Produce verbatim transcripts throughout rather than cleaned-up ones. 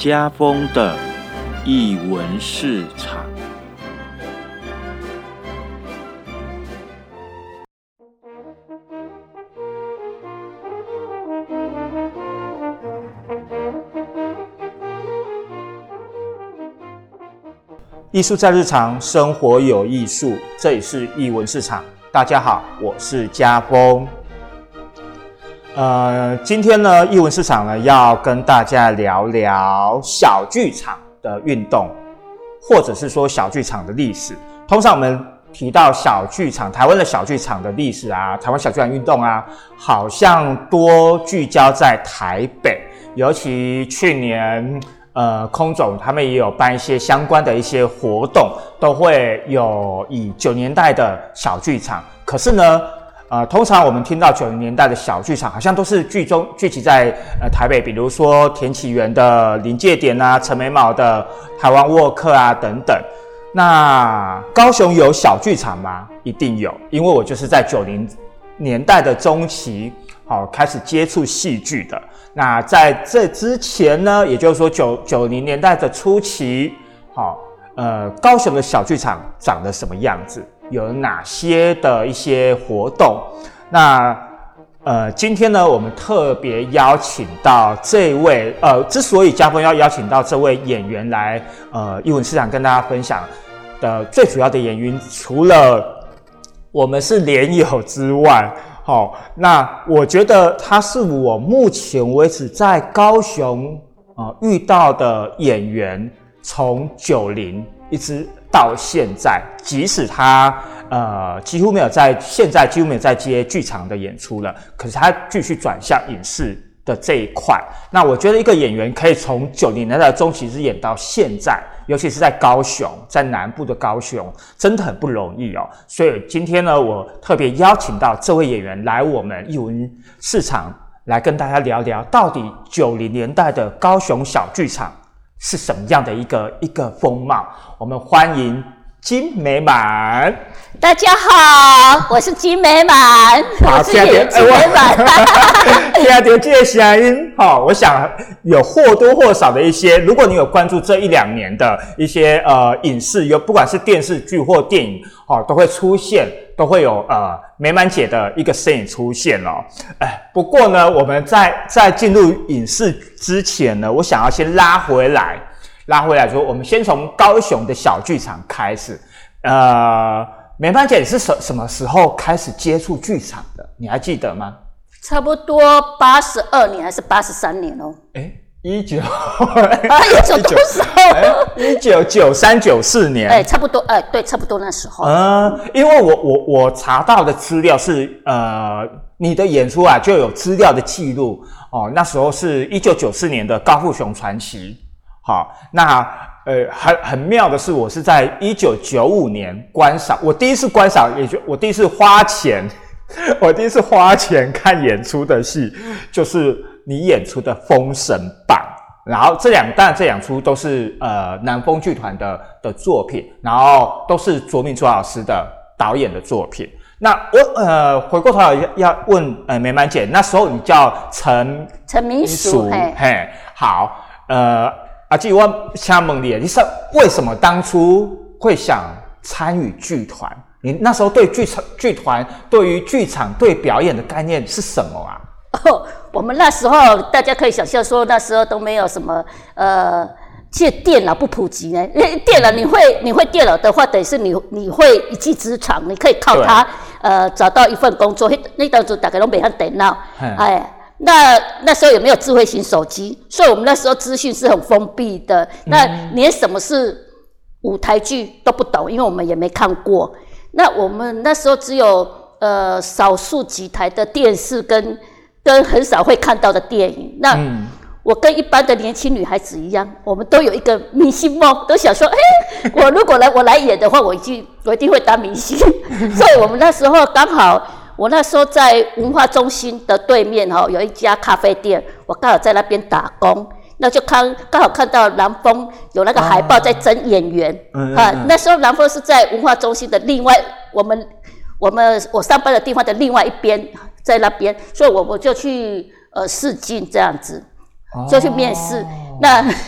家风的艺文市场。 艺术在日常，生活有艺术，这里是艺文市场。大家好，我是家风。呃，今天呢，艺文市场呢要跟大家聊聊小剧场的运动，或者是说小剧场的历史。通常我们提到小剧场，台湾的小剧场的历史啊，台湾小剧场运动啊，好像多聚焦在台北，尤其去年。呃，空总他们也有办一些相关的一些活动，都会有以九年代的小剧场。可是呢，呃，通常我们听到九零年代的小剧场，好像都是聚中聚集在呃台北，比如说田启源的临界点啊，陈美卯的台湾沃克啊等等。那高雄有小剧场吗？一定有，因为我就是在九零年代的中期，好、哦、开始接触戏剧的。那在这之前呢，也就是说九九零年代的初期，好、呃，高雄的小剧场长得什么样子？有哪些的一些活动？那呃，今天呢，我们特别邀请到这位呃，之所以家风要邀请到这位演员来呃艺文市场跟大家分享的最主要的原因，除了我们是连友之外。好、哦，那我觉得他是我目前为止在高雄呃遇到的演员，从九零一直到现在，即使他呃几乎没有在现在几乎没有在接剧场的演出了，可是他继续转向影视的这一块。那我觉得一个演员可以从九零年代的中期一直演到现在，尤其是在高雄，在南部的高雄，真的很不容易哦。所以今天呢，我特别邀请到这位演员来我们艺文市场来跟大家聊聊，到底九零年代的高雄小剧场是什么样的一个一个风貌。我们欢迎金美满。 大家好，我是金美满，我是演金美满。 听到这个声音，哦，我想有或多或少的一些，如果你有关注这一两年的一些呃影视，有不管是电视剧或电影，哦，都会出现，都会有呃美满姐的一个身影出现哦。哎，不过呢，我们在在进入影视之前呢，我想要先拉回来，拉回来说，我们先从高雄的小剧场开始，呃。美满姐，你是什什么时候开始接触剧场的？你还记得吗？ 差不多八十二年还是八十三年哦？ 哎，一九啊，一九多少？ 一九九三九四年。 哎，差不多，哎，对，差不多那时候。 嗯，因为我我我查到的资料是，呃，你的演出啊就有资料的记录哦。那时候是一九九四年的高富雄传奇。好，那。呃，很很妙的是，我是在一九九五年观赏，我第一次观赏，也就我第一次花钱，我第一次花钱看演出的戏，就是你演出的《封神榜》，然后这两当然这两出都是呃南风剧团的的作品，然后都是卓明卓老师的导演的作品。那我呃回过头来要要问呃美满姐，那时候你叫陈陈明淑，嘿， 嘿，好，呃。阿季，我想问你，你是为什么当初会想参与剧团？你那时候对剧场、剧团、对于剧场、对表演的概念是什么啊？ 哦，我们那时候大家可以想象说，那时候都没有什么呃，其实电脑不普及呢。因为电脑你会你会电脑的话，等于是你你会一技之长，你可以靠它呃找到一份工作。那当时大家都没看电脑，哎。那那时候有没有智慧型手机？所以我们那时候资讯是很封闭的，那连什么是舞台剧都不懂，因为我们也没看过。那我们那时候只有呃少数几台的电视跟跟很少会看到的电影。那我跟一般的年轻女孩子一样，我们都有一个明星梦，都想说，哎、欸，我如果来我来演的话，我一定我一定会当明星。所以我们那时候刚好。我那时候在文化中心的对面哦，有一家咖啡店，我刚好在那边打工，那就看刚好看到南风有那个海报在征演员，嗯嗯嗯啊，那时候南风是在文化中心的另外我们我们我上班的地方的另外一边，在那边，所以我我就去呃试镜这样子，就去面试。哦、那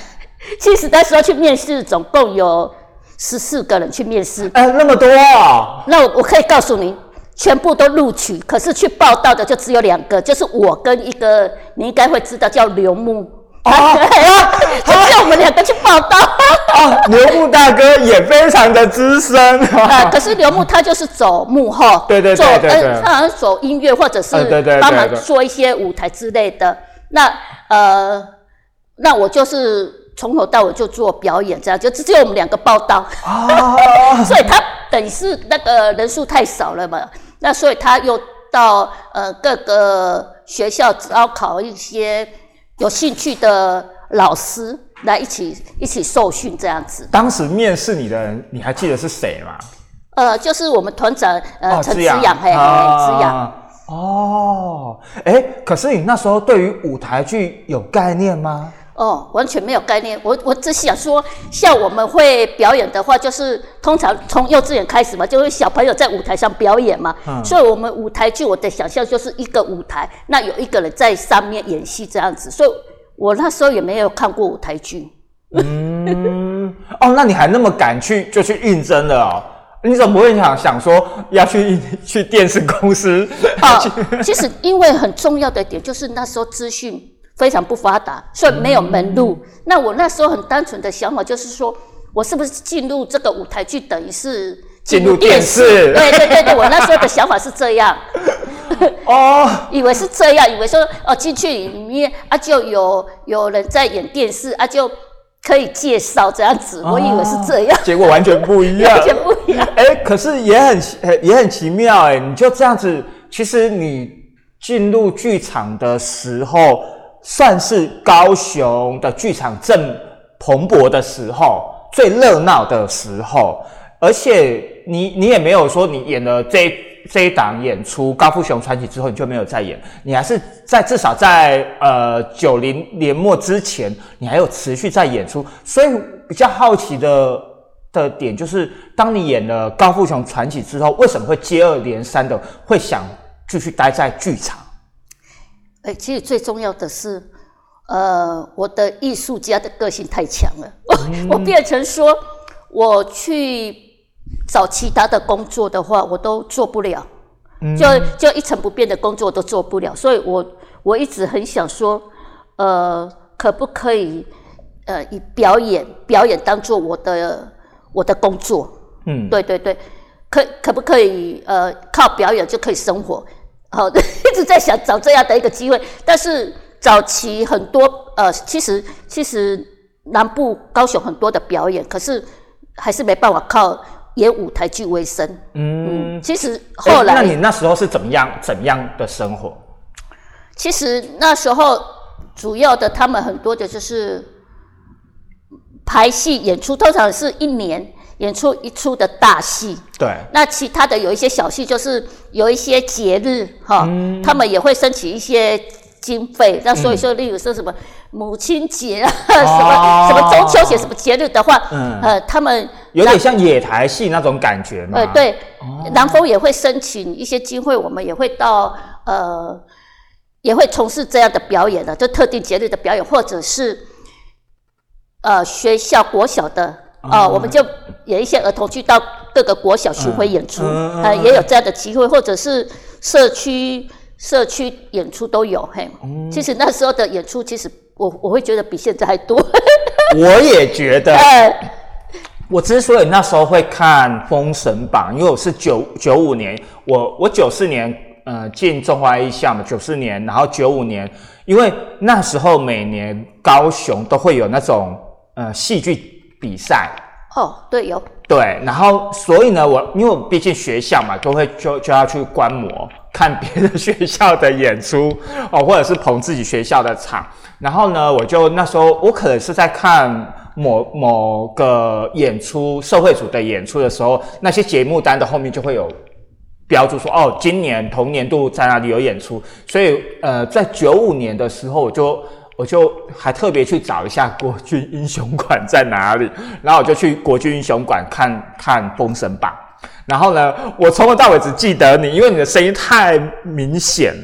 其实那时候去面试，总共有十四个人去面试。 哎、呃，那么多啊！ 那我我可以告诉你，全部都录取，可是去报道的就只有两个，就是我跟一个你应该会知道叫刘牧。哦，就只有我们两个去报道。 哦，刘牧大哥也非常的资深啊。可是刘牧他就是走幕后， 对对对对对， 呃，他好像走音乐或者是帮忙做一些舞台之类的。那呃，那我就是从头到尾就做表演，这样就只有我们两个报道。哦，所以他等于是那个人数太少了嘛，那所以他又到呃各个学校招考一些有兴趣的老师来一起一起受训这样子。 当时面试你的人，你还记得是谁吗？ 呃，就是我们团长呃陈、哦、之阳，嘿， 啊、 之阳。 哦，哎，可是你那时候对于舞台剧有概念吗？ 哦，完全没有概念。我我只想说，像我们会表演的话，就是通常从幼稚园开始嘛，就是小朋友在舞台上表演嘛。嗯、所以，我们舞台剧我的想象就是一个舞台，那有一个人在上面演戏这样子。所以我那时候也没有看过舞台剧。 嗯，哦，那你还那么敢去就去应征了哦？你怎么不会想想说要去去电视公司？ 哦，其实因为很重要的点就是那时候资讯非常不发达，所以没有门路。嗯、那我那时候很单纯的想法就是说，我是不是进入这个舞台剧等于是进入电视？ 对对对对，我那时候的想法是这样。哦，以为是这样，以为说哦进去里面啊就有有人在演电视啊就可以介绍这样子，哦、我以为是这样， 结果完全不一样， 完全不一样。 哎、欸，可是也很也很奇妙哎、欸，你就这样子，其实你进入剧场的时候。算是高雄的剧场正蓬勃的时候，最热闹的时候，而且你你也没有说你演了这这一档演出《高富雄传奇》之后你就没有再演，你还是在至少在呃九零年末之前，你还有持续在演出，所以比较好奇的的点就是，当你演了《高富雄传奇》之后，为什么会接二连三的会想继续待在剧场？ 哎、欸，其实最重要的是，呃，我的艺术家的个性太强了，嗯、我变成说，我去找其他的工作的话，我都做不了，嗯、就就一成不变的工作我都做不了，所以我我一直很想说，呃，可不可以，呃，以表演表演当做我的我的工作，嗯，对对对，可可不可以，呃，靠表演就可以生活？好的，一直在想找这样的一个机会，但是早期很多呃，其实其实南部高雄很多的表演，可是还是没办法靠演舞台剧为生。嗯，嗯其实后来、 欸，那你那时候是怎么样怎么样的生活？ 其实那时候主要的他们很多的就是排戏演出，通常是一年演出一出的大戏， 对。 那其他的有一些小戏，就是有一些节日哈，嗯、他们也会申请一些经费。那所以说，例如说什么母亲节啊，嗯、什么、哦、什么中秋节什么节日的话，嗯、呃，他们有点像野台戏那种感觉嘛。 呃，对，哦、南丰也会申请一些经费，我们也会到呃，也会从事这样的表演的，就特定节日的表演，或者是呃学校国小的。哦，呃，我们就演一些儿童剧到各个国小巡回演出，嗯、呃，也有这样的机会，或者是社区社区演出都有。嘿，嗯、其实那时候的演出，其实我我会觉得比现在还多。 我也觉得。呃、我之所以那时候会看《封神榜》，因为我是九九五年，我我九四年呃进中华艺校嘛，九四年，然后九五年，因为那时候每年高雄都会有那种呃戏剧比赛哦，对，有对，然后所以呢，我因为我毕竟学校嘛，都会就就要去观摩看别的学校的演出哦，或者是捧自己学校的场。然后呢，我就那时候我可能是在看某某个演出社会组的演出的时候，那些节目单的后面就会有标注说哦，今年同年度在哪里有演出。所以呃，在九五年的时候，我就。我就还特别去找一下国军英雄馆在哪里，然后我就去国军英雄馆看看《封神榜》。然后呢，我从头到尾只记得你，因为你的声音太明显了。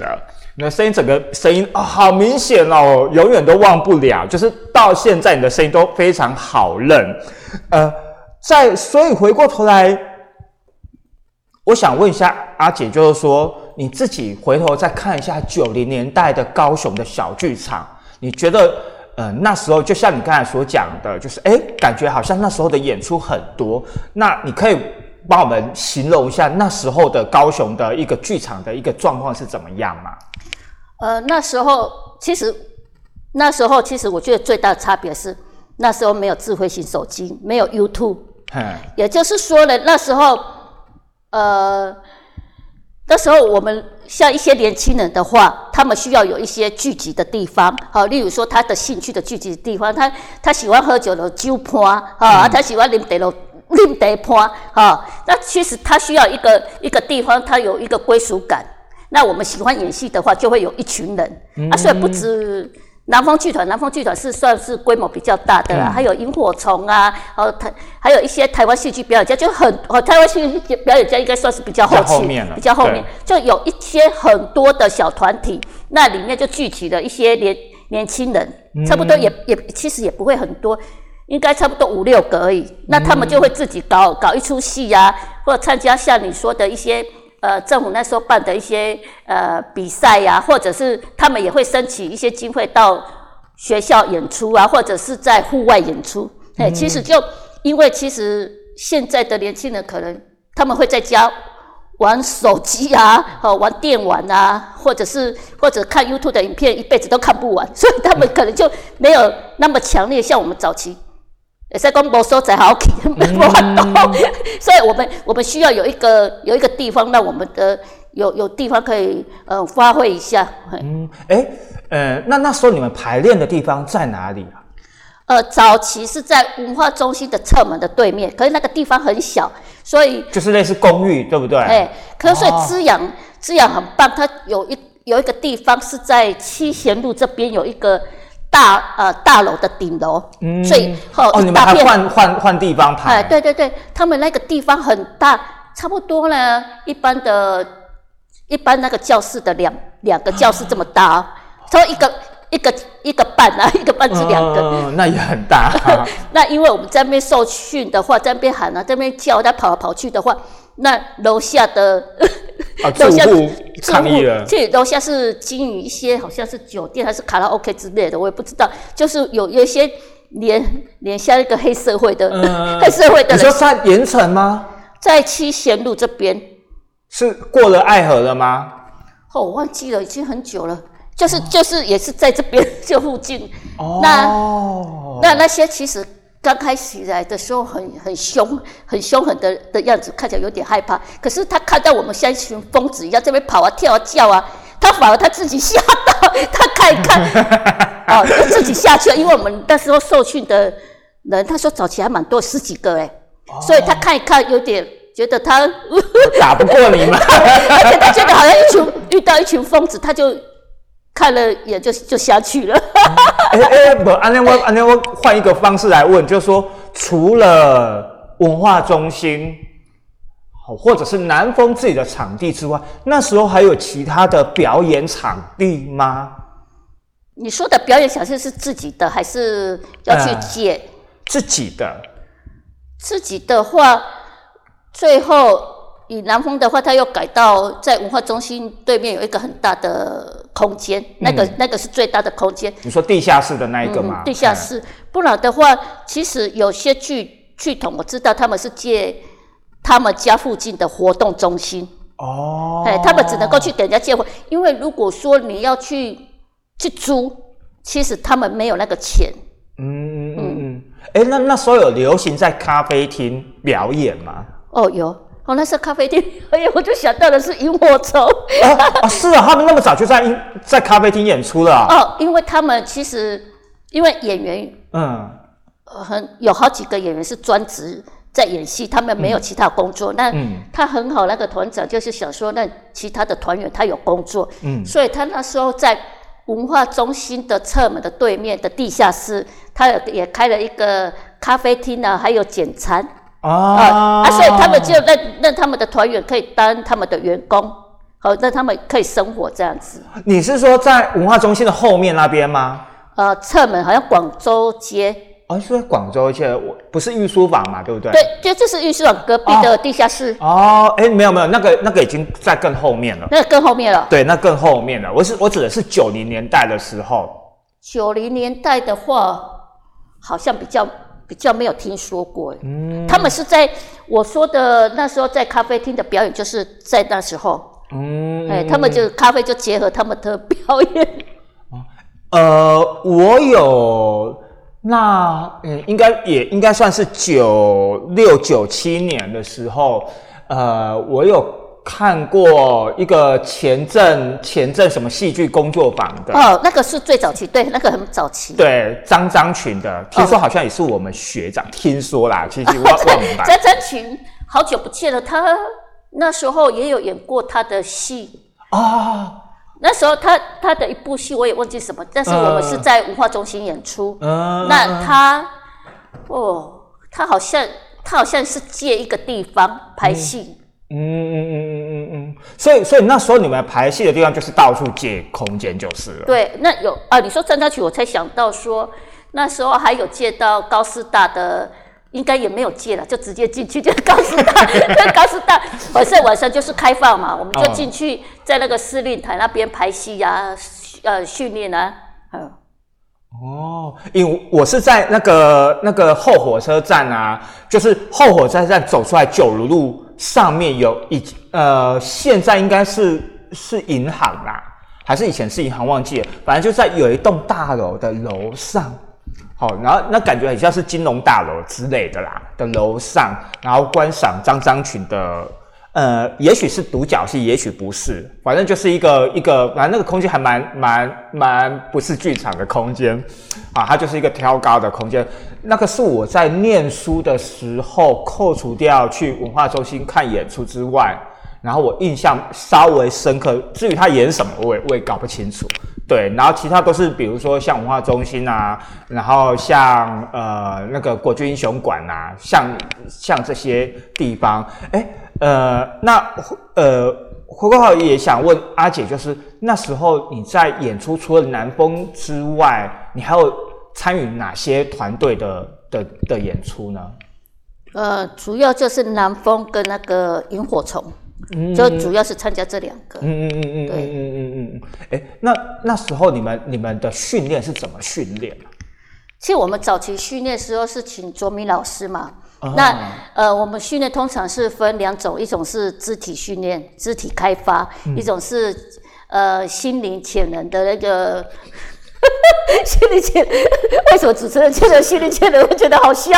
你的声音整个声音啊、哦，好明显哦，永远都忘不了，就是到现在你的声音都非常好认。呃，在所以回过头来，我想问一下阿姐，就是说你自己回头再看一下九零年代的高雄的小剧场，你觉得呃那时候就像你刚才所讲的，就是哎，感觉好像那时候的演出很多，那你可以帮我们形容一下那时候的高雄的一个剧场的一个状况是怎么样吗？ 呃，那时候其实，那时候其实我觉得最大的差别是，那时候没有智慧型手机，没有 YouTube， 也就是说呢，那时候，呃，那时候我们像一些年轻人的话，他们需要有一些聚集的地方，好，例如说他的兴趣的聚集的地方，他他喜欢喝酒的酒摊，啊、嗯，他喜欢啉茶的啉茶摊，啊，那其实他需要一个一个地方，他有一个归属感。那我们喜欢演戏的话，就会有一群人、嗯、啊，所以不止南方剧团，南方剧团是算是规模比较大的啦、嗯，还有萤火虫啊，还有台还有一些台湾戏剧表演家，就很哦，台湾戏剧表演家应该算是比较后期， 后面了比较后面，就有一些很多的小团体，那里面就聚集了一些年年轻人，嗯、差不多也也其实也不会很多。应该差不多五六个而已，那他们就会自己搞搞一出戏啊，或者参加像你说的一些呃政府那时候办的一些呃比赛呀、啊，或者是他们也会申请一些经费到学校演出啊，或者是在户外演出。哎、嗯，其实就因为其实现在的年轻人可能他们会在家玩手机啊，哦玩电玩啊，或者是或者看 YouTube 的影片，一辈子都看不完，所以他们可能就没有那么强烈，像我们早期。会使讲无所在好去，没法度，所以我们我们需要有一个有一个地方，让我们的有有地方可以呃发挥一下。 嗯，哎、欸，呃，那那时候你们排练的地方在哪里啊？ 呃，早期是在文化中心的侧门的对面，可是那个地方很小，所以就是类似公寓，对不对？ 哎、欸，可是所以滋养滋养很棒，它有一有一个地方是在七贤路这边有一个。大呃大楼的顶楼，嗯，所以哦，哦你们还换换换地方排？ 哎，对对对，他们那个地方很大，差不多呢，一般的，一般那个教室的两两个教室这么大、哦，所以一个一个一个半啊，一个半是两个、 嗯，那也很大。 那因为我们在那边受训的话，在那边喊啊，在那边叫，他跑来跑去的话，那楼下的。 啊，住户抗议了。 这楼下是经营一些好像是酒店还是卡拉 OK 之类的，我也不知道。就是有有一些连连下一个黑社会的、嗯、黑社会的人。 你说在盐城吗？ 在七贤路这边。 是过了爱河了吗？ 哦，我忘记了，已经很久了。就是就是也是在这边这附近。哦。那那那些其实。刚开始来的时候很很凶，很凶狠的的样子，看起来有点害怕。可是他看到我们像一群疯子一样这边跑啊跳啊叫啊，他反而他自己吓到，他看一看，哦，就自己下去了。因为我们那时候受训的人，他说早期还蛮多，十几个哎、哦，所以他看一看有点觉得他打不过你们， 而且他觉得好像一群遇到一群疯子，他就。看了也就就下去了。 哎哎、欸，不，安那我安那我换一个方式来问，就是说，除了文化中心，或者是南风自己的场地之外，那时候还有其他的表演场地吗？ 你说的表演场地是自己的，还是要去借？呃、 自己的。 自己的话，最后。以南风的话，他又改到在文化中心对面有一个很大的空间、嗯，那个那个是最大的空间。 你说地下室的那一个吗？ 嗯、地下室、嗯，不然的话，其实有些剧剧团我知道他们是借他们家附近的活动中心。哦，哎，他们只能够去给人家借货，因为如果说你要去去租，其实他们没有那个钱。嗯嗯嗯嗯。 哎、欸，那那时候有流行在咖啡厅表演吗？ 哦，有。哦，那是咖啡厅，哎呀，我就想到的是萤火虫。 啊啊，是啊，他们那么早就在在咖啡厅演出了、啊。 哦，因为他们其实因为演员，嗯，很有好几个演员是专职在演戏，他们没有其他工作。嗯、那、嗯、他很好，那个团长就是想说，那其他的团员他有工作，嗯，所以他那时候在文化中心的侧门的对面的地下室，他也开了一个咖啡厅啊，还有简餐。啊, 啊，所以他们就让让他们的团员可以当他们的员工， 好，让他们可以生活这样子。 你是说在文化中心的后面那边吗？ 呃，侧门好像广州街。 哦，是在广州街，不是御书房嘛，对不对？ 对，就就是御书房隔壁的地下室。 哦，哎、欸，没有没有，那个那个已经在更后面了。 那个更后面了。 对，那更后面了。我是我指的是九零年代的时候。 九零年代的话，好像比较比较没有听说过。嗯，他们是在我说的那时候在咖啡厅的表演，就是在那时候。嗯，哎、欸，他们就咖啡就结合他们的表演。 呃，我有。那嗯，应该也应该算是九六九七年的时候，呃，我有看过一个前镇前镇什么戏剧工作坊的哦，那个是最早期，对，那个很早期， 对，张张群的，听说好像也是我们学长，哦、听说啦，其实忘忘明白。 张张群好久不见了，他那时候也有演过他的戏啊。哦， 那时候他他的一部戏我也忘记什么，但是我们是在文化中心演出。嗯，那他哦，他好像他好像是借一个地方排戏。 嗯嗯嗯嗯嗯嗯，所以所以那时候你们排戏的地方就是到处借空间就是了。 对，那有啊，你说张家曲，我才想到说那时候还有借到高师大的。应该也没有借了，就直接进去，就高师大，高师大晚上晚上就是开放嘛，我们就进去，在那个司令台那边排戏啊，呃，训练啊，嗯。 哦，因为我是在那个那个后火车站啊，就是后火车站走出来九如路上面有一呃，现在应该是是银行啦，还是以前是银行忘记了，反正就在有一栋大楼的楼上。好，然后那感觉很像是金融大楼之类的啦的楼上，然后观赏张张群的，呃，也许是独角戏，也许不是，反正就是一个一个，反正那个空间还蛮蛮蛮不是剧场的空间啊，它就是一个挑高的空间。那个是我在念书的时候，扣除掉去文化中心看演出之外，然后我印象稍微深刻。至于他演什么，我也我也搞不清楚。对，然后其他都是比如说像文化中心啊，然后像呃那个国军英雄馆啊，像像这些地方，哎，呃，那呃，回过头也想问阿姐，就是那时候你在演出，除了南风之外，你还有参与哪些团队的的的演出呢？ 呃，主要就是南风跟那个萤火虫。嗯，就主要是参加这两个。 嗯嗯嗯嗯，对，嗯嗯嗯嗯，哎、欸，那那时候你们你们的训练是怎么训练啊？ 其实我们早期训练的时候是请卓明老师嘛。哦、那呃，我们训练通常是分两种，一种是肢体训练、肢体开发，嗯、一种是呃心灵潜能的那个。心理潜，为什么主持人觉得心理潜能会觉得好笑？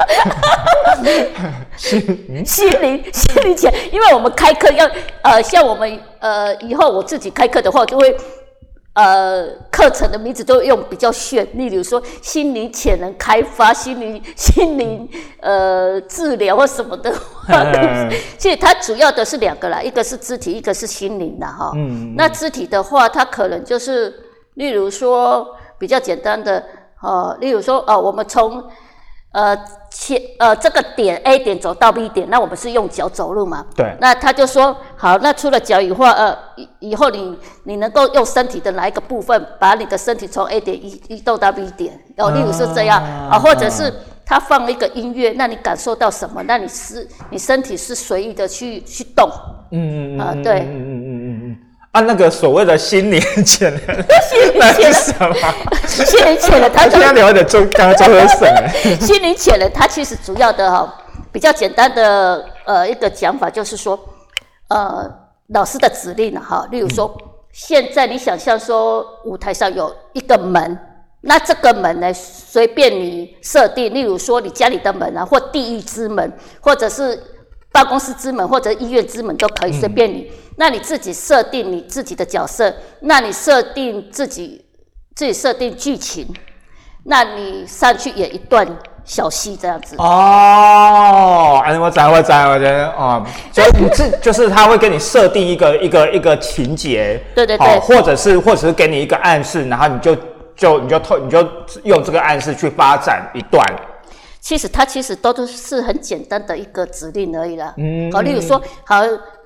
心心灵心理潜，因为我们开课要呃，像我们呃以后我自己开课的话，就会呃课程的名字都用比较炫，例如说心灵潜能开发、心灵心灵呃治疗或什么的话，其实它主要的是两个啦，一个是肢体，一个是心灵啦哈。嗯，那肢体的话，它可能就是。例如说比较简单的，呃，例如说，呃，我们从呃切呃这个点 A 点走到 B 点，那我们是用脚走路嘛？ 对。 那他就说，好，那除了脚以外，呃，以后你你能够用身体的哪一个部分，把你的身体从 A 点移移动到 B 点？哦，例如是这样啊、呃，或者是他放一个音乐，那你感受到什么？那你是你身体是随意的去去动。嗯嗯嗯。啊、呃，对。嗯嗯嗯嗯嗯。 啊，那个所谓的心灵潜能，那是什么？ 心灵潜能，它今天聊的中刚刚中和省哎。 心灵潜能，它其实主要的哈、哦，比较简单的呃一个讲法就是说，呃，老师的指令哈，例如说，嗯、现在你想象说舞台上有一个门，那这个门呢，随便你设定，例如说你家里的门啊，或地狱之门，或者是办公室之门，或者医院之门都可以，随便你。嗯，那你自己设定你自己的角色，那你设定自己自己设定剧情，那你上去演一段小戏这样子。 哦，哎，我知我知我知哦，所以你这就是他会给你设定一个一个一个情节， 对对对， 哦，或者是或者是给你一个暗示，然后你就就你就透你就用这个暗示去发展一段。 其实它其实都是很简单的一个指令而已啦。嗯，好，例如说，好。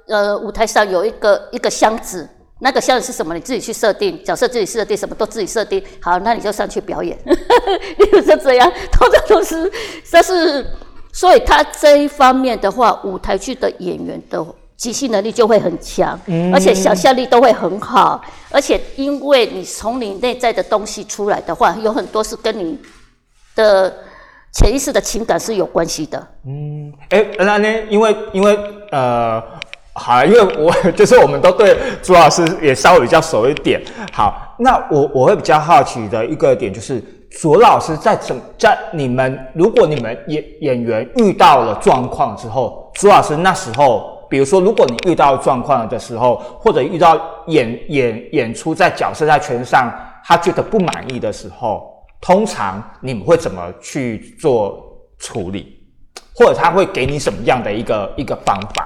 呃舞台上有一个一个箱子。那个箱子是什么？你自己去设定，角色自己设定，什么都自己设定。好，那你就上去表演。例如说这样，通常都是，但是，所以他这一方面的话，舞台剧的演员的即兴能力就会很强，嗯、而且想象力都会很好。而且，因为你从你内在的东西出来的话，有很多是跟你的潜意识的情感是有关系的。 嗯，哎、欸，那呢？因为因为呃。好，因为我就是我们都对朱老师也稍微比较熟一点。好，那我我会比较好奇的一个点就是，朱老师在怎在你们如果你们演演员遇到了状况之后，朱老师那时候，比如说如果你遇到状况的时候，或者遇到演演演出在角色在诠释上他觉得不满意的时候，通常你们会怎么去做处理，或者他会给你什么样的一个一个方法？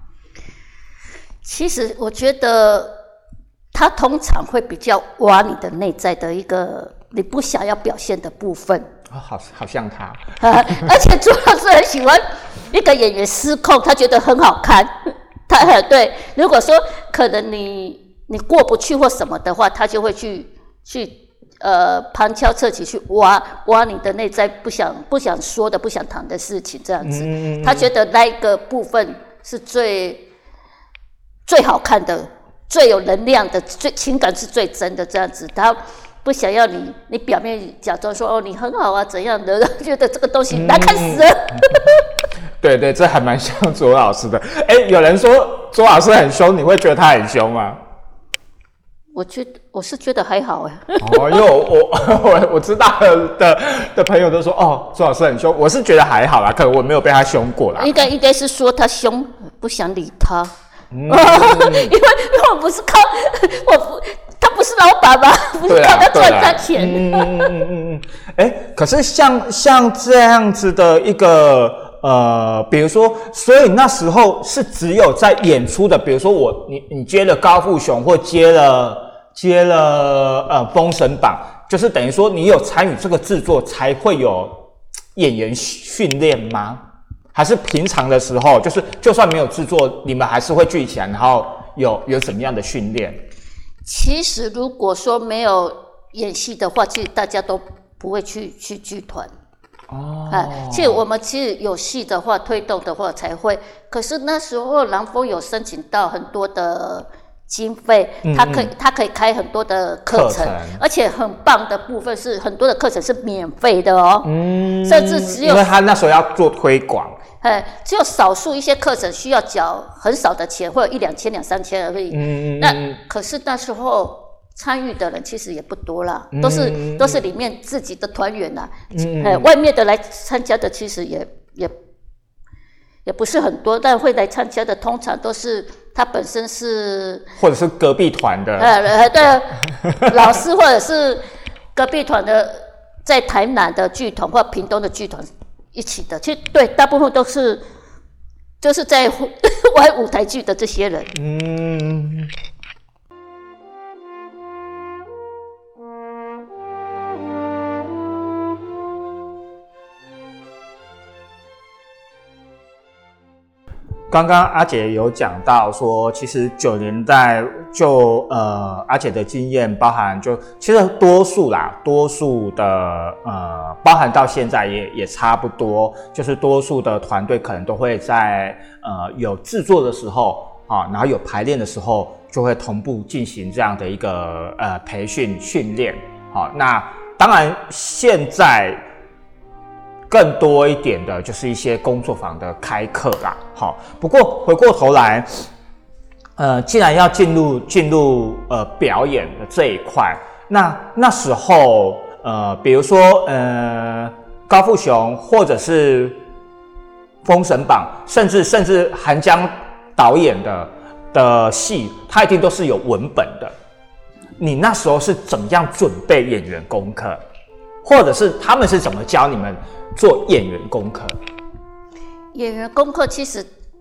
其实我觉得他通常会比较挖你的内在的一个你不想要表现的部分。 哦、好好像他、 啊、而且朱老师很喜欢一个演员失控，他觉得很好看。他对，如果说可能你你过不去或什么的话，他就会去去呃旁敲侧击去挖挖你的内在不想不想说的不想谈的事情，这样子。嗯、他觉得那一个部分是最。最好看的、最有能量的、最情感是最真的，这样子，他不想要你，你表面假装说哦你很好啊怎样的，觉得这个东西难看死了。嗯、 对对，这还蛮像左老师的。哎，有人说左老师很凶，你会觉得他很凶吗？ 我觉得我是觉得还好哎。 哦，因为我我我我知道的的朋友都说哦，左老师很凶，我是觉得还好啦，可能我没有被他凶过啦。 应该应该是说他凶，不想理他。嗯、因为因为我不是靠我不他不是老板嘛，不是靠他赚他钱。嗯嗯嗯嗯。哎、欸，可是像像这样子的一个呃，比如说，所以那时候是只有在演出的，比如说我你你接了高富雄或接了接了呃封神榜，就是等于说你有参与这个制作才会有演员训练吗？还是平常的时候，就是就算没有制作，你们还是会聚起来，然后有有什么样的训练？ 其实如果说没有演戏的话，其实大家都不会去去剧团。哦，啊，其实我们其实有戏的话，推动的话才会。可是那时候蓝峰有申請到很多的经费，嗯嗯他可以他可以开很多的课程，而且很棒的部分是很多的课程是免费的哦，嗯，甚至只有因为他那时候要做推广。 哎，只有少数一些课程需要缴很少的钱，或者一两千、两三千而已。嗯，那可是那时候参与的人其实也不多啦，嗯、都是都是里面自己的团员啦。嗯，哎，外面的来参加的其实也也也不是很多，但会来参加的通常都是他本身是或者是隔壁团的， 呃，对，老师或者是隔壁团的，在台南的剧团或屏东的剧团。一起的，其实对，大部分都是就是在玩舞台剧的这些人。嗯。 刚刚阿姐有讲到说，其实九年代就呃阿姐的经验，包含就其实多数啦，多数的呃，包含到现在也也差不多，就是多数的团队可能都会在呃有制作的时候啊，然后有排练的时候，就会同步进行这样的一个呃培训训练。好，那当然现在。更多一点的就是一些工作坊的开课啦，好，不过回过头来，呃，既然要进入进入呃表演的这一块，那那时候呃，比如说呃高富雄或者是封神榜，甚至甚至韩江导演的的戏，他一定都是有文本的。你那时候是怎么样准备演员功课，或者是他们是怎么教你们？做演员功课， 演员功课其实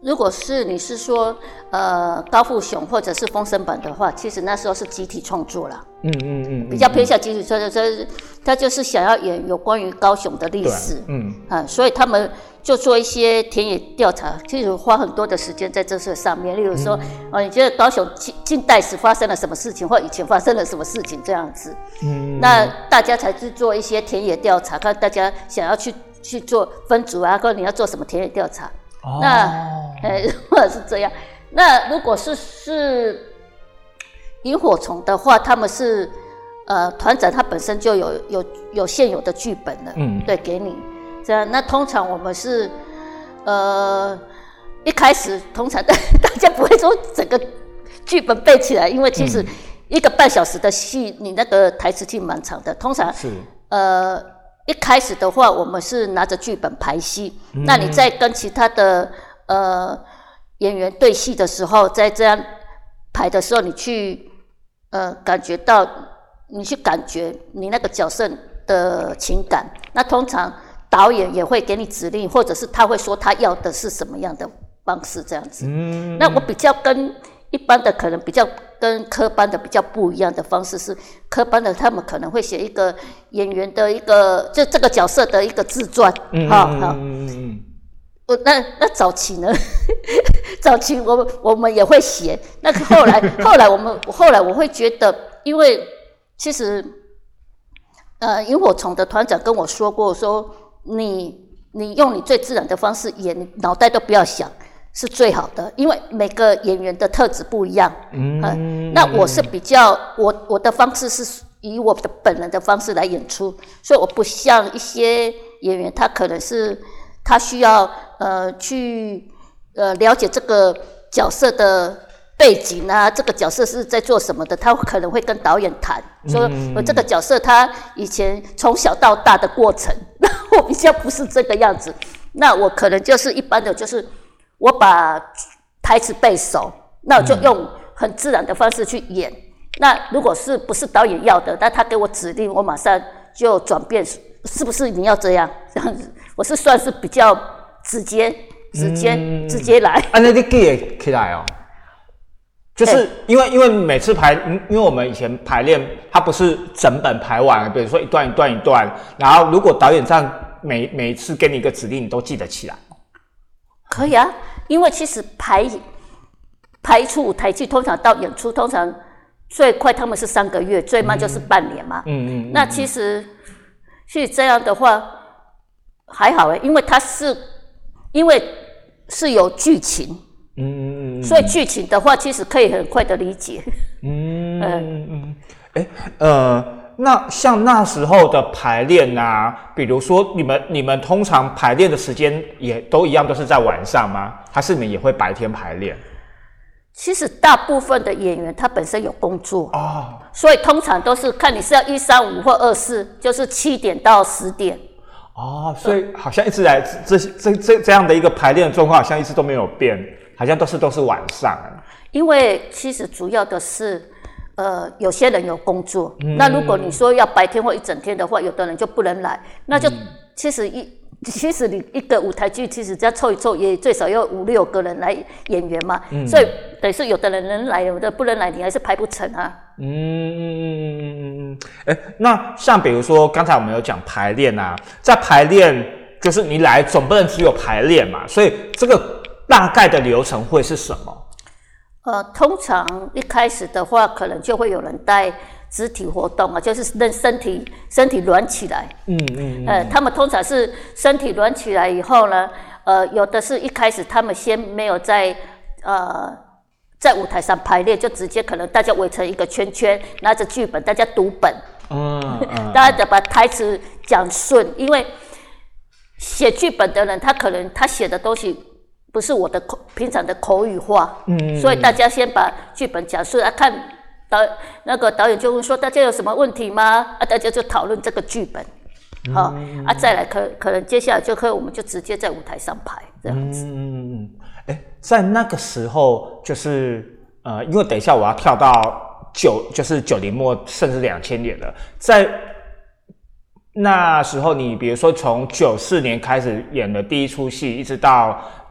如果是你是说呃高富雄或者是封神榜的话，其实那时候是集体创作啦。嗯嗯 嗯, 嗯，比较偏向集体创作，就是他就是想要演有关于高雄的历史，嗯啊，所以他们就做一些田野调查，其实花很多的时间在这些上面。例如说，嗯、哦，你觉得高雄近近代史发生了什么事情，或以前发生了什么事情这样子，嗯，那大家才去做一些田野调查，看大家想要去去做分组啊，或者你要做什么田野调查。哦、那，呃，或者是这样。那如果是是萤火虫的话，他们是呃团长他本身就有有有现有的剧本了，嗯，对，给你这样。那通常我们是呃一开始通常大家不会说整个剧本背起来，因为其实一个半小时的戏，你那个台词剧蛮长的，通常是呃。一开始的话，我们是拿着剧本排戏，嗯、那你在跟其他的呃演员对戏的时候，在这样排的时候，你去呃感觉到，你去感觉你那个角色的情感。那通常导演也会给你指令，或者是他会说他要的是什么样的方式这样子。嗯、那我比较跟一般的可能比较跟科班的比较不一样的方式是，科班的他们可能会写一个演员的一个就这个角色的一个自传，好好。我那那早期呢，早期我我们也会写。那个后来后来我们后来我会觉得，因为其实呃萤火虫的团长跟我说过说，你你用你最自然的方式演，你脑袋都不要想。是最好的，因为每个演员的特质不一样。嗯，嗯那我是比较我我的方式是以我的本人的方式来演出，所以我不像一些演员，他可能是他需要呃去呃了解这个角色的背景啊，这个角色是在做什么的，他可能会跟导演谈，说我这个角色他以前从小到大的过程，那我比较不是这个样子，那我可能就是一般的就是。我把台词背熟，那我就用很自然的方式去演。那如果是不是导演要的，那他给我指令，我马上就转变，是不是你要这样？这样子，我是算是比较直接、直接、嗯、直接来。 啊，那你记起来哦，就是因为因为每次排，因为我们以前排练，它不是整本排完，比如说一段一段一段，然后如果导演这样每每一次给你一个指令，你都记得起来。 可以啊，因为其实排排一出舞台剧，通常到演出，通常最快他们是三个月，最慢就是半年嘛。嗯嗯。嗯嗯那其实是这样的话还好诶，因为它是因为是有剧情，嗯嗯所以剧情的话其实可以很快的理解。嗯嗯嗯。哎呃。那像那时候的排练啊，比如说你们你们通常排练的时间也都一样，都是在晚上吗？还是你们也会白天排练？ 其实大部分的演员他本身有工作哦，所以通常都是看你是要一三五或二四，就是七点到十点。 哦，所以好像一直来这这这这样的一个排练的状况，好像一直都没有变，好像都是都是晚上。 因为其实主要的是。呃，有些人有工作，嗯、那如果你说要白天或一整天的话，有的人就不能来，那就、嗯、其实一其实你一个舞台剧，其实这样凑一凑也最少要五六个人来演员嘛，嗯、所以等于是有的人能来，有的不能来，你还是排不成啊。嗯嗯嗯嗯嗯。哎，那像比如说刚才我们有讲排练啊，在排练就是你来总不能只有排练嘛，所以这个大概的流程会是什么？ 呃，通常一开始的话，可能就会有人带肢体活动啊，就是让身体身体软起来。嗯嗯嗯。呃，他们通常是身体软起来以后呢，呃，有的是一开始他们先没有在呃在舞台上排练，就直接可能大家围成一个圈圈，拿着剧本，大家读本。嗯嗯。大家得把台词讲顺，因为写剧本的人，他可能他写的东西。不是我的口平常的口语化，嗯，所以大家先把剧本讲述啊，看导那个导演就问说大家有什么问题吗？啊，大家就讨论这个剧本，好、嗯、啊，再来可可能接下来就可以我们就直接在舞台上排这样子。嗯嗯哎，在那个时候就是呃，因为等一下我要跳到九就是九零末甚至两千年了，在。那时候，你比如说从九四年开始演的第一出戏，一直到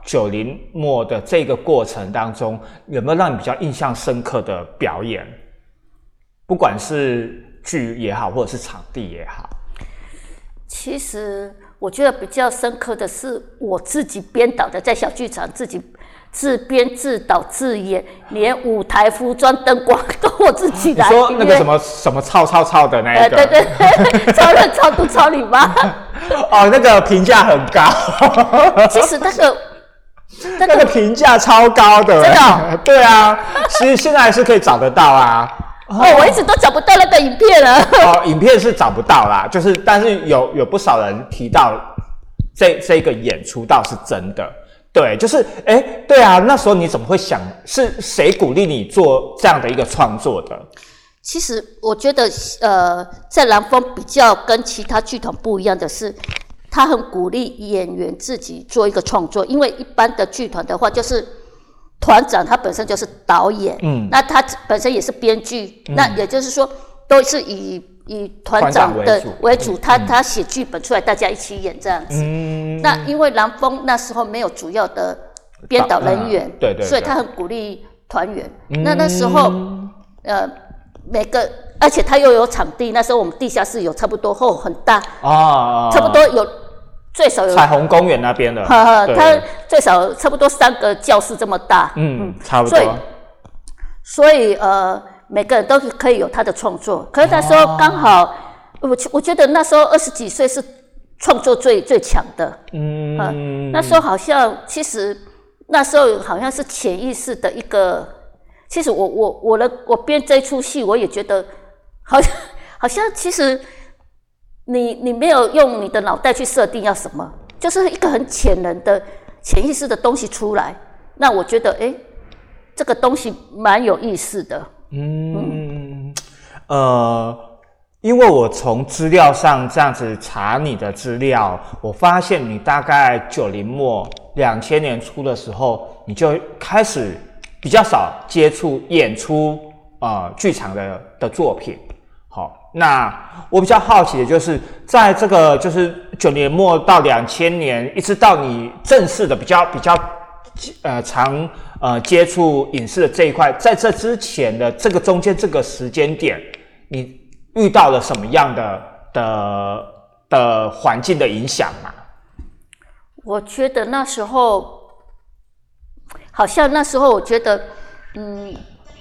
九零末的这个过程当中，有没有让你比较印象深刻的表演？不管是剧也好，或者是场地也好。 其实我觉得比较深刻的是我自己编导的，在小剧场自己自编自导自演，连舞台服装灯光都我自己来。 你说那个什么什么操操操的那一个？ 呃、对对对，超人超度超你妈。 哦，那个评价很高。 其实那个那个评价超高的， 真的、哦？ 对啊，其实现在还是可以找得到啊。 哦，我一直都找不到那个影片了。 哦，影片是找不到啦，就是但是有有不少人提到这这个演出倒是真的。对，就是哎、欸，对啊，那时候你怎么会想？是谁鼓励你做这样的一个创作的？ 其实我觉得，呃，在蓝峰比较跟其他剧团不一样的是，他很鼓励演员自己做一个创作，因为一般的剧团的话，就是团长他本身就是导演，嗯，那他本身也是编剧，嗯、那也就是说，都是以以团长的为主，为主他、嗯、他写剧本出来，大家一起演这样子。嗯、那因为蓝峰那时候没有主要的编导人员，嗯、对, 对对，所以他很鼓励团员。嗯、那那时候，呃。每个，而且他又有场地，那时候我们地下室有差不多厚很大啊，差不多有最少有彩虹公园那边的， 呵呵，它最少差不多三个教室这么大， 嗯，嗯差不多。 所以，所以呃，每个人都可以有他的创作。可是那时候刚好，哦、我我觉得那时候二十几岁是创作最最强的，嗯、呃，那时候好像其实那时候好像是潜意识的一个。其实我我我的我编这出戏，我也觉得好像好像其实你你没有用你的脑袋去设定要什么，就是一个很潜能的潜意识的东西出来。那我觉得，哎，这个东西蛮有意思的。嗯， 嗯呃，因为我从资料上这样子查你的资料，我发现你大概九零末、两千年初的时候，你就开始。比较少接触演出呃剧场的的作品，好，那我比较好奇的就是在这个就是九年末到两千年，一直到你正式的比较比较呃常呃接触影视的这一块，在这之前的这个中间这个时间点，你遇到了什么样的的的环境的影响吗？ 我觉得那时候。好像那时候我觉得，嗯，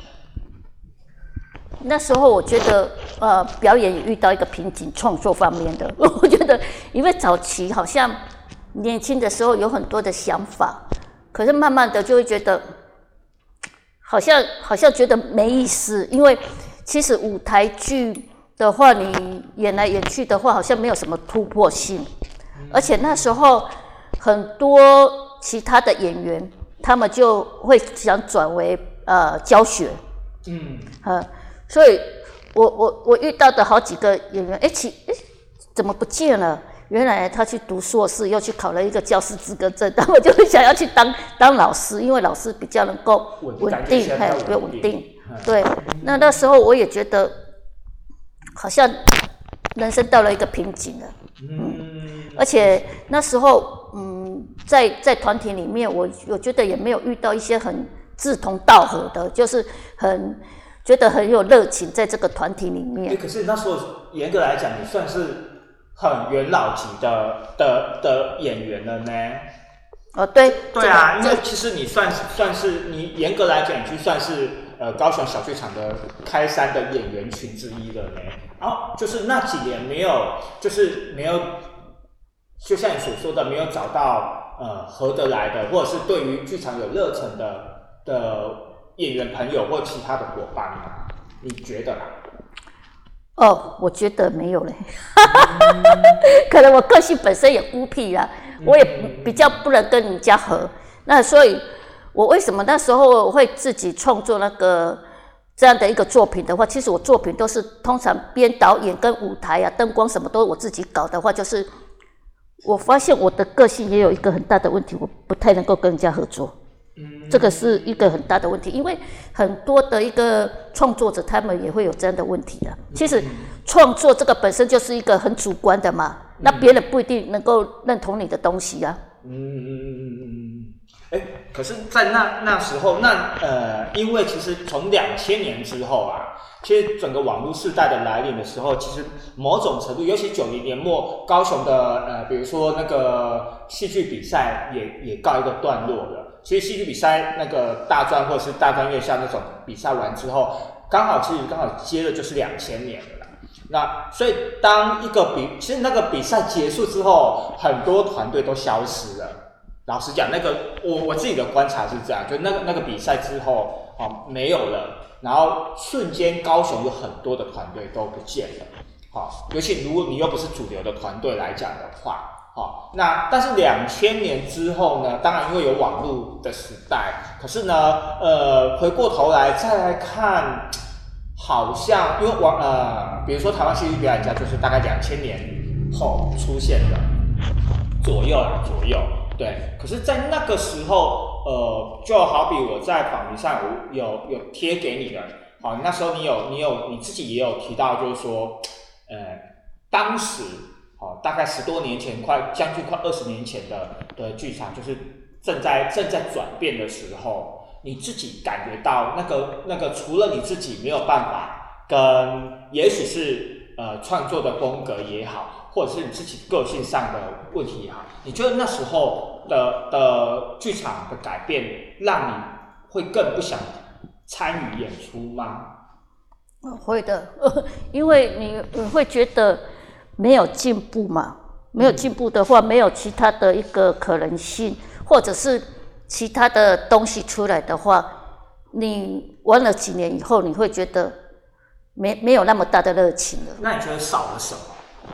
那时候我觉得，呃，表演也遇到一个瓶颈，创作方面的。我觉得，因为早期好像年轻的时候有很多的想法，可是慢慢的就会觉得，好像好像觉得没意思。因为其实舞台剧的话，你演来演去的话，好像没有什么突破性，而且那时候很多其他的演员。他们就会想转为呃教学，嗯，呃，所以我我我遇到的好几个演员，哎，其哎怎么不见了？原来他去读硕士，又去考了一个教师资格证，他们就会想要去当当老师，因为老师比较能够稳定，还有比较稳定。对，那那时候我也觉得好像人生到了一个瓶颈了，嗯，而且那时候。嗯，在在团体里面，我我觉得也没有遇到一些很志同道合的，就是很觉得很有热情在这个团体里面。 可是那时候严格来讲，你算是很元老级的的的演员了呢。 哦，对， 对啊，因为其实你算算是你严格来讲，你就算是呃高雄小剧场的开山的演员群之一了呢。然后就是那几年没有，就是没有。就像你所说的，没有找到呃合得来的，或者是对于剧场有热忱的的演员朋友或其他的伙伴吗？你觉得啦？ 哦，我觉得没有嘞，可能我个性本身也孤僻啦，我也比较不能跟人家合。那所以，我为什么那时候会自己创作那个这样的一个作品的话，其实我作品都是通常编导演跟舞台啊、灯光什么都我自己搞的话，就是。我发现我的个性也有一个很大的问题，我不太能够跟人家合作，嗯，这个是一个很大的问题，因为很多的一个创作者他们也会有这样的问题的。其实创作这个本身就是一个很主观的嘛，那别人不一定能够认同你的东西啊。嗯嗯嗯嗯嗯。 可是，在那那时候，那呃，因为其实从两千年之后啊，其实整个网络世代的来临的时候，其实某种程度，尤其九零年末，高雄的呃，比如说那个戏剧比赛也也告一个段落了。其实戏剧比赛那个大专或者是大专院校那种比赛完之后，刚好其实刚好接的就是两千年了啦。那所以当一个比，其实那个比赛结束之后，很多团队都消失了。老实讲，那个我我自己的观察是这样，就那个那个比赛之后哦没有了，然后瞬间高雄有很多的团队都不见了，好、哦，尤其如果你又不是主流的团队来讲的话，好、哦，那但是两千年之后呢，当然因为有网络的时代，可是呢，呃，回过头来再来看，好像因为网呃，比如说台湾戏剧表演家就是大概两千年后出现的左右啦左右。对，可是，在那个时候，呃，就好比我在访谈上有有有贴给你的，好，那时候你有你有你自己也有提到，就是说，呃，当时，好，大概十多年前，快将近快二十年前的的剧场，就是正在正在转变的时候，你自己感觉到那个那个，除了你自己没有办法跟，也许是呃创作的风格也好，或者是你自己个性上的问题也好，你觉得那时候的的剧场的改变，让你会更不想参与演出吗？ 会的，因为你你会觉得没有进步嘛，没有进步的话，没有其他的一个可能性，或者是其他的东西出来的话，你玩了几年以后，你会觉得没没有那么大的热情了。 那你觉得少了什么？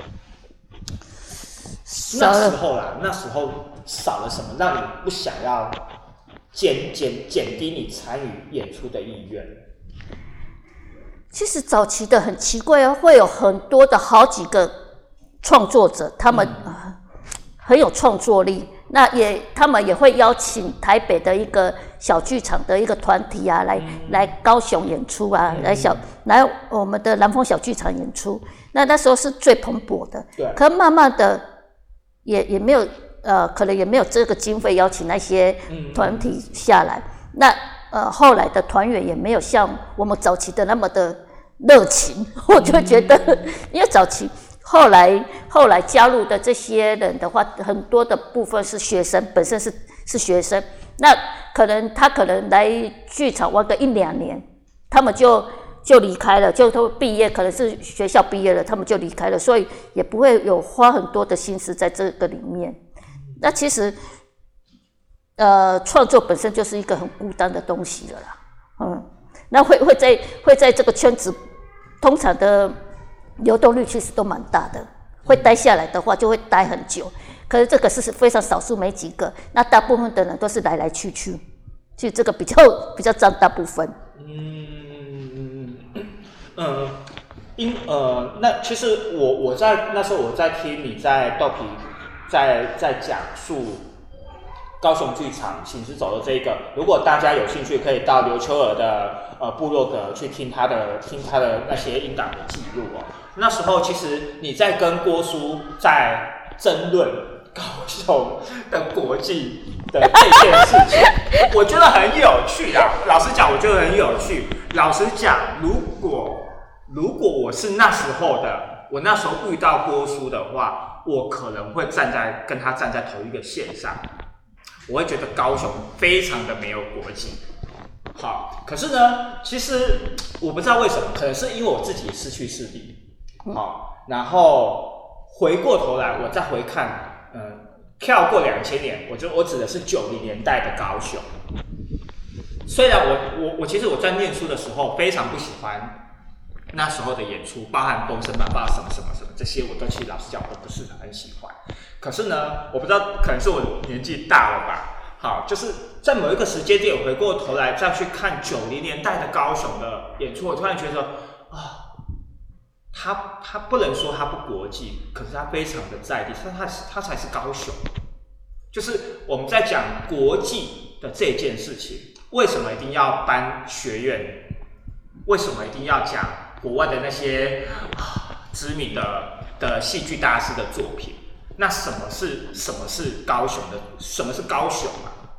那时候啦，那时候少了什么，让你不想要减减减低你参与演出的意愿？ 其实早期的很奇怪啊，会有很多的好几个创作者，他们、嗯呃、很有创作力。那也他们也会邀请台北的一个小剧场的一个团体啊，来、嗯、来高雄演出啊，嗯、来小来我们的南丰小剧场演出。那那时候是最蓬勃的，对。可慢慢的也也没有呃，可能也没有这个经费邀请那些团体下来。嗯、那呃后来的团员也没有像我们早期的那么的热情，我就觉得，嗯、因为早期。后来，后来加入的这些人的话，很多的部分是学生，本身是是学生，那可能他可能来剧场玩个一两年，他们就就离开了，就都毕业，可能是学校毕业了，他们就离开了，所以也不会有花很多的心思在这个里面。那其实，呃，创作本身就是一个很孤单的东西了啦，嗯，那会会在会在这个圈子，通常的。流动率其实都蛮大的，会待下来的话就会待很久。可是这个是非常少数没几个，那大部分的人都是来来去去，其实这个比较比较占大部分。 嗯嗯因呃，那其实我我在那时候我在听你在豆皮在在讲述高雄剧场行尸走肉这一个，如果大家有兴趣，可以到刘秋儿的呃部落格去听他的听他的那些音档的记录哦。那时候其实你在跟郭叔在争论高雄的国际的这件事情，我觉得很有趣啊。老实讲，我觉得很有趣。老实讲，如果如果我是那时候的，我那时候遇到郭叔的话，我可能会站在跟他站在同一个线上。我会觉得高雄非常的没有国际。好，可是呢，其实我不知道为什么，可能是因为我自己失去视力。好，然后回过头来，我再回看，呃，跳过两千年，我就我指的是九零年代的高雄。虽然我我我其实我在念书的时候非常不喜欢那时候的演出，包含东升班、包含什么什么什么这些，我都其实老实讲，我不是很喜欢。可是呢，我不知道，可能是我年纪大了吧。好，就是在某一个时间点，回过头来再去看九零年代的高雄的演出，我突然觉得啊。他他不能说他不国际，可是他非常的在地，他他他才是高雄。就是我们在讲国际的这件事情，为什么一定要搬学院？为什么一定要讲国外的那些啊知名的的戏剧大师的作品？那什么是什么是高雄的？什么是高雄啊？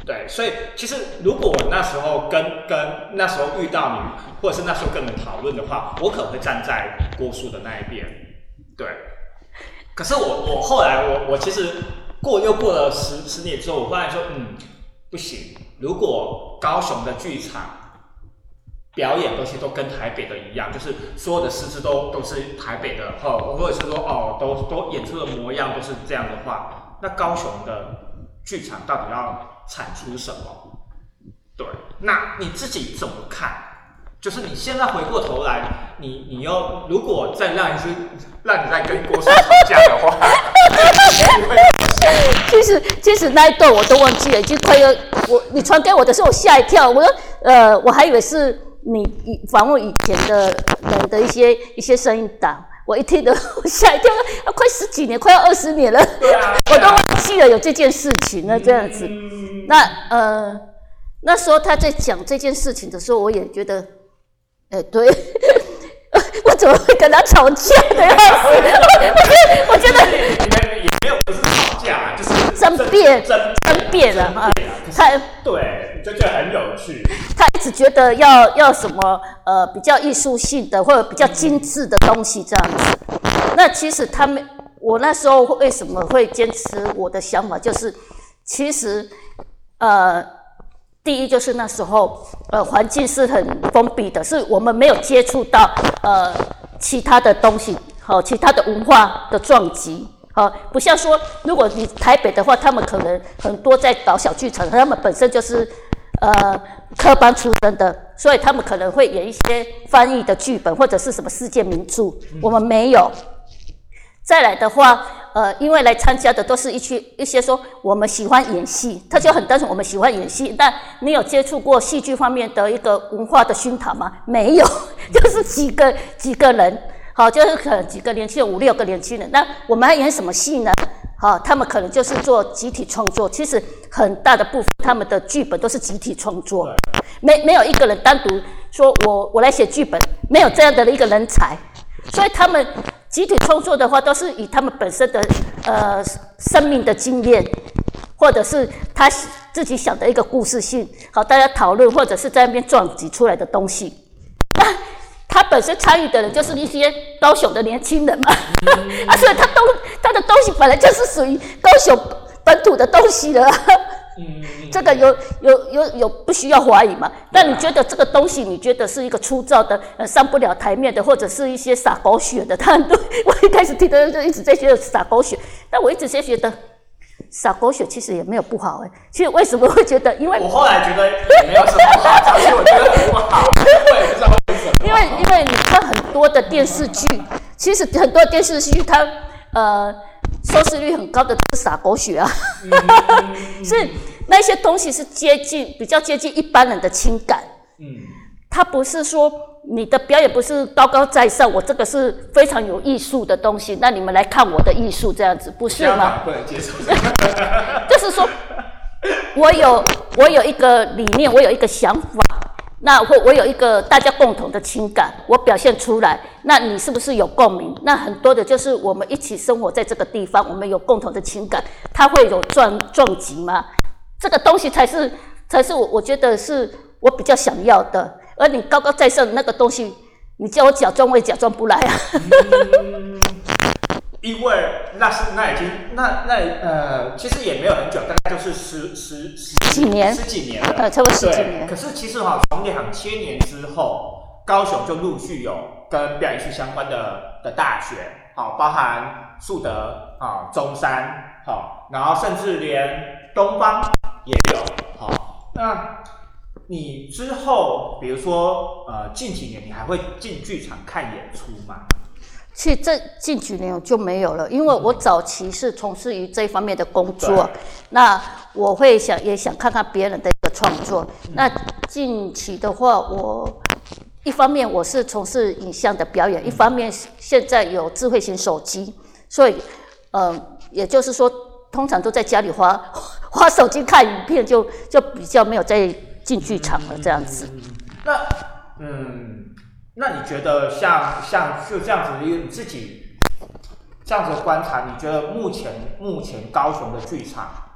对，所以其实如果我那时候跟跟那时候遇到你，或者是那时候跟你们讨论的话，我可能会站在郭叔的那一边。对，可是我我后来我我其实过又过了十十年之后，我发现说，嗯，不行，如果高雄的剧场表演东西都跟台北的一样，就是所有的师资都都是台北的，或者是说哦，都都演出的模样都是这样的话，那高雄的剧场到底要产出什么？对，那你自己怎么看？就是你现在回过头来，你你又如果再让一次让你再跟郭叔吵架的话， 其实其实那一段我都忘记了，已经快要我你传给我的时候，我吓一跳，我说呃我还以为是你访问以前的人的一些一些声音档。我一听的，我吓一跳，啊，快十几年，快要二十年了，对啊，我都忘记了有这件事情了，这样子。嗯、那呃，那时候他在讲这件事情的时候，我也觉得，哎、欸，对，我怎么会跟他吵架的样子？我我觉得你们也没有不是吵架，就是争辩，争辩了啊。他对，就觉得很有趣。 他一直觉得要要什么呃比较艺术性的或者比较精致的东西这样子。那其实他们，我那时候为什么会坚持我的想法，就是其实呃第一就是那时候呃环境是很封闭的，是我们没有接触到呃其他的东西，好、哦、其他的文化的撞击。好，不像说，如果你台北的话，他们可能很多在搞小剧场，他们本身就是呃科班出身的，所以他们可能会演一些翻译的剧本或者是什么世界名著，我们没有。再来的话，呃，因为来参加的都是一群一些说我们喜欢演戏，他就很单纯，我们喜欢演戏。但你有接触过戏剧方面的一个文化的熏陶吗？没有，就是几个几个人。好，就是可能几个年轻人，五六个年轻人。那我们要演什么戏呢？好，他们可能就是做集体创作。其实很大的部分，他们的剧本都是集体创作，没没有一个人单独说我我来写剧本，没有这样的一个人才。所以他们集体创作的话，都是以他们本身的呃生命的经验，或者是他自己想的一个故事性，好，大家讨论，或者是在那边撞击出来的东西。那他本身参与的人就是一些高雄的年轻人嘛，嗯、啊，所以他东他的东西本来就是属于高雄本土的东西了、啊，嗯，这个有有有有不需要怀疑嘛？但你觉得这个东西，你觉得是一个粗糙的，呃，上不了台面的，或者是一些撒狗血的？他很多，我一开始听的就一直在觉得撒狗血，但我一直在觉得。撒狗血其实也没有不好哎、欸，其实为什么会觉得？因为我后来觉得也没有什么不好，早期我觉得很不好，我也不知道为什么。 因为因为你看很多的电视剧，其实很多电视剧它呃收视率很高的是撒狗血啊，嗯、是那些东西是接近比较接近一般人的情感，嗯，它不是说。你的表演不是高高在上，我这个是非常有艺术的东西，那你们来看我的艺术，这样子不是吗？ 不能接受。 就是说，我有我有一个理念，我有一个想法，那我我有一个大家共同的情感，我表现出来，那你是不是有共鸣？那很多的就是我们一起生活在这个地方，我们有共同的情感，它会有撞撞击吗？这个东西才是才是我我觉得是我比较想要的。而你高高在上的那个东西，你叫我假装，我也假装不来啊。 嗯、因为那是那已经那那呃，其实也没有很久，大概就是十十十几年， 十几年了， 呃，差不多十几年。 可是其实哈，从两千年之后，高雄就陆续有跟表演艺术相关的的大学，好，包含树德啊、中山，好，然后甚至连东方也有，好，那。你之后，比如说，呃，近几年你还会进剧场看演出吗？ 其实这近几年我就没有了，因为我早期是从事于这一方面的工作，那我会想也想看看别人的一个创作。嗯、那近期的话，我一方面我是从事影像的表演，嗯、一方面现在有智慧型手机，所以，呃，也就是说，通常都在家里花花手机看影片就，就就比较没有在。进剧场了这样子， 嗯、那嗯，那你觉得像像就这样子一个你自己这样子的观察，你觉得目前目前高雄的剧场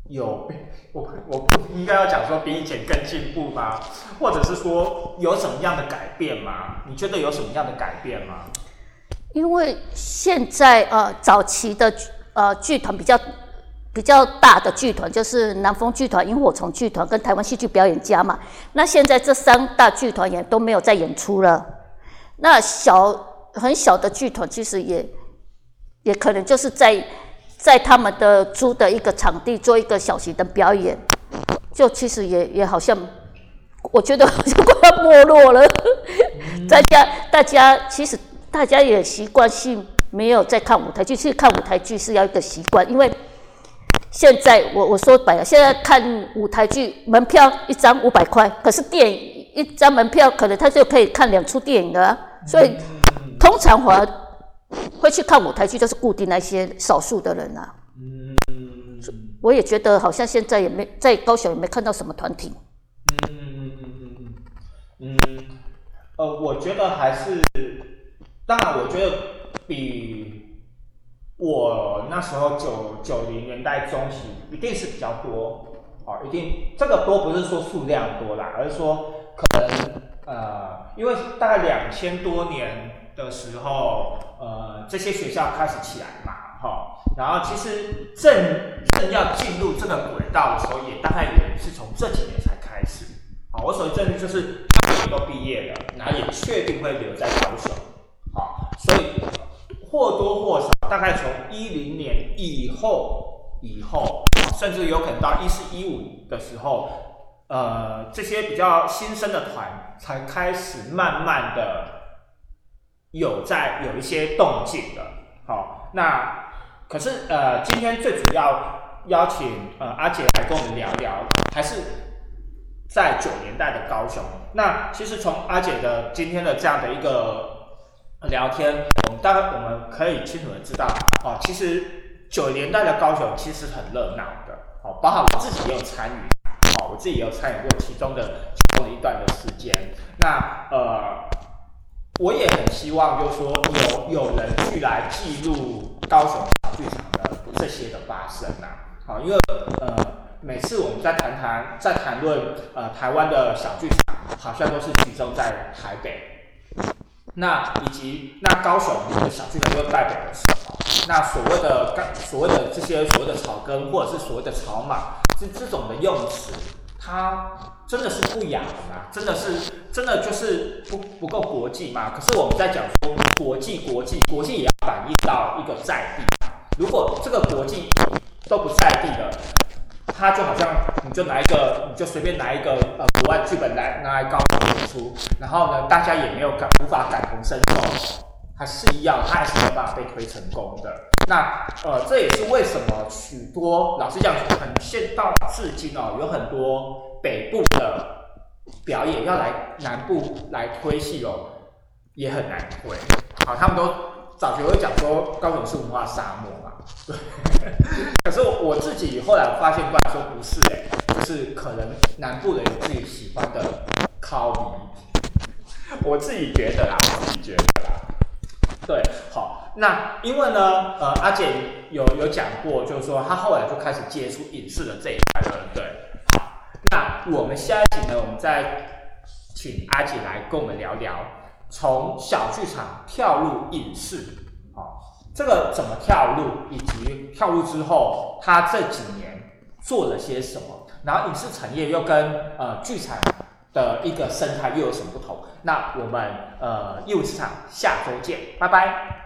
有我我不应该要讲说比以前更进步吗？或者是说有什么样的改变吗？你觉得有什么样的改变吗？ 因为现在呃早期的呃剧团比较比较大的剧团就是南风剧团、萤火虫剧团跟台湾戏剧表演家嘛。那现在这三大剧团也都没有在演出了。那小很小的剧团其实也也可能就是在在他们的租的一个场地做一个小型的表演，就其实也也好像，我觉得好像快要没落了。嗯、大家大家其实大家也习惯性没有在看舞台剧，其实看舞台剧是要一个习惯，因为现在我我说白了，现在看舞台剧门票一张五百块，可是电影一张门票可能他就可以看两出电影了、啊，所以通常反而会去看舞台剧，就是固定那些少数的人啊。嗯，我也觉得好像现在也没在高雄也没看到什么团体。 嗯嗯嗯嗯嗯嗯，呃，我觉得还是，当然，我觉得比我那时候九九零年代中期一定是比较多。哦，一定这个多不是说数量多啦，而是说可能呃，因为大概两千多年的时候，呃，这些学校开始起来嘛，哈、哦，然后其实正正要进入这个轨道的时候，也大概也是从这几年才开始。好、哦，我所谓正就是他们也都毕业了，然后也确定会留在高雄，好、哦，所以或多或少，大概从一零年以后。以后，甚至有可能到一四一五的时候，呃，这些比较新生的团才开始慢慢的有在有一些动静的。好，那可是呃，今天最主要邀请呃阿姐来跟我们聊聊，还是在九年代的高雄。那其实从阿姐的今天的这样的一个聊天，我们大概我们可以清楚的知道，哦，其实。九零年代的高雄其实很热闹的，好，包含我自己也有参与，好，我自己也有参与过其中的其中的一段的时间。那呃，我也很希望就是说有有人去来记录高雄小剧场的这些的发生啊，好，因为呃每次我们在谈谈在谈论呃台湾的小剧场，好像都是集中在台北，那以及那高雄的小剧场又代表了什么？那所谓的所谓的这些所谓的草根或者是所谓的草马，这这种的用词，它真的是不雅的吗？真的是真的就是不不够国际吗？可是我们在讲说国际国际国际也要反映到一个在地，如果这个国际都不在地的，它就好像你就拿一个你就随便拿一个呃国外剧本来拿来高雄演出，然后呢大家也没有感无法感同身受。还是一样，它还是没有办法被推成功的。那呃，这也是为什么许多老实讲，很现到至今哦，有很多北部的表演要来南部来推戏哦，也很难推。好，他们都早期会讲说高雄是文化沙漠嘛，对。可是我我自己后来发现过来说不是哎、欸，就是可能南部人有自己喜欢的考比，我自己觉得啦，我自己觉得啦。对，好，那因为呢，呃，阿姐有有讲过，就是说她后来就开始接触影视的这一块，对不对？好，那我们下一集呢，我们再请阿姐来跟我们聊聊，从小剧场跳入影视，好，这个怎么跳入，以及跳入之后，她这几年做了些什么，然后影视产业又跟呃剧场的一个生态又有什么不同？那我们呃业务市场下周见，拜拜。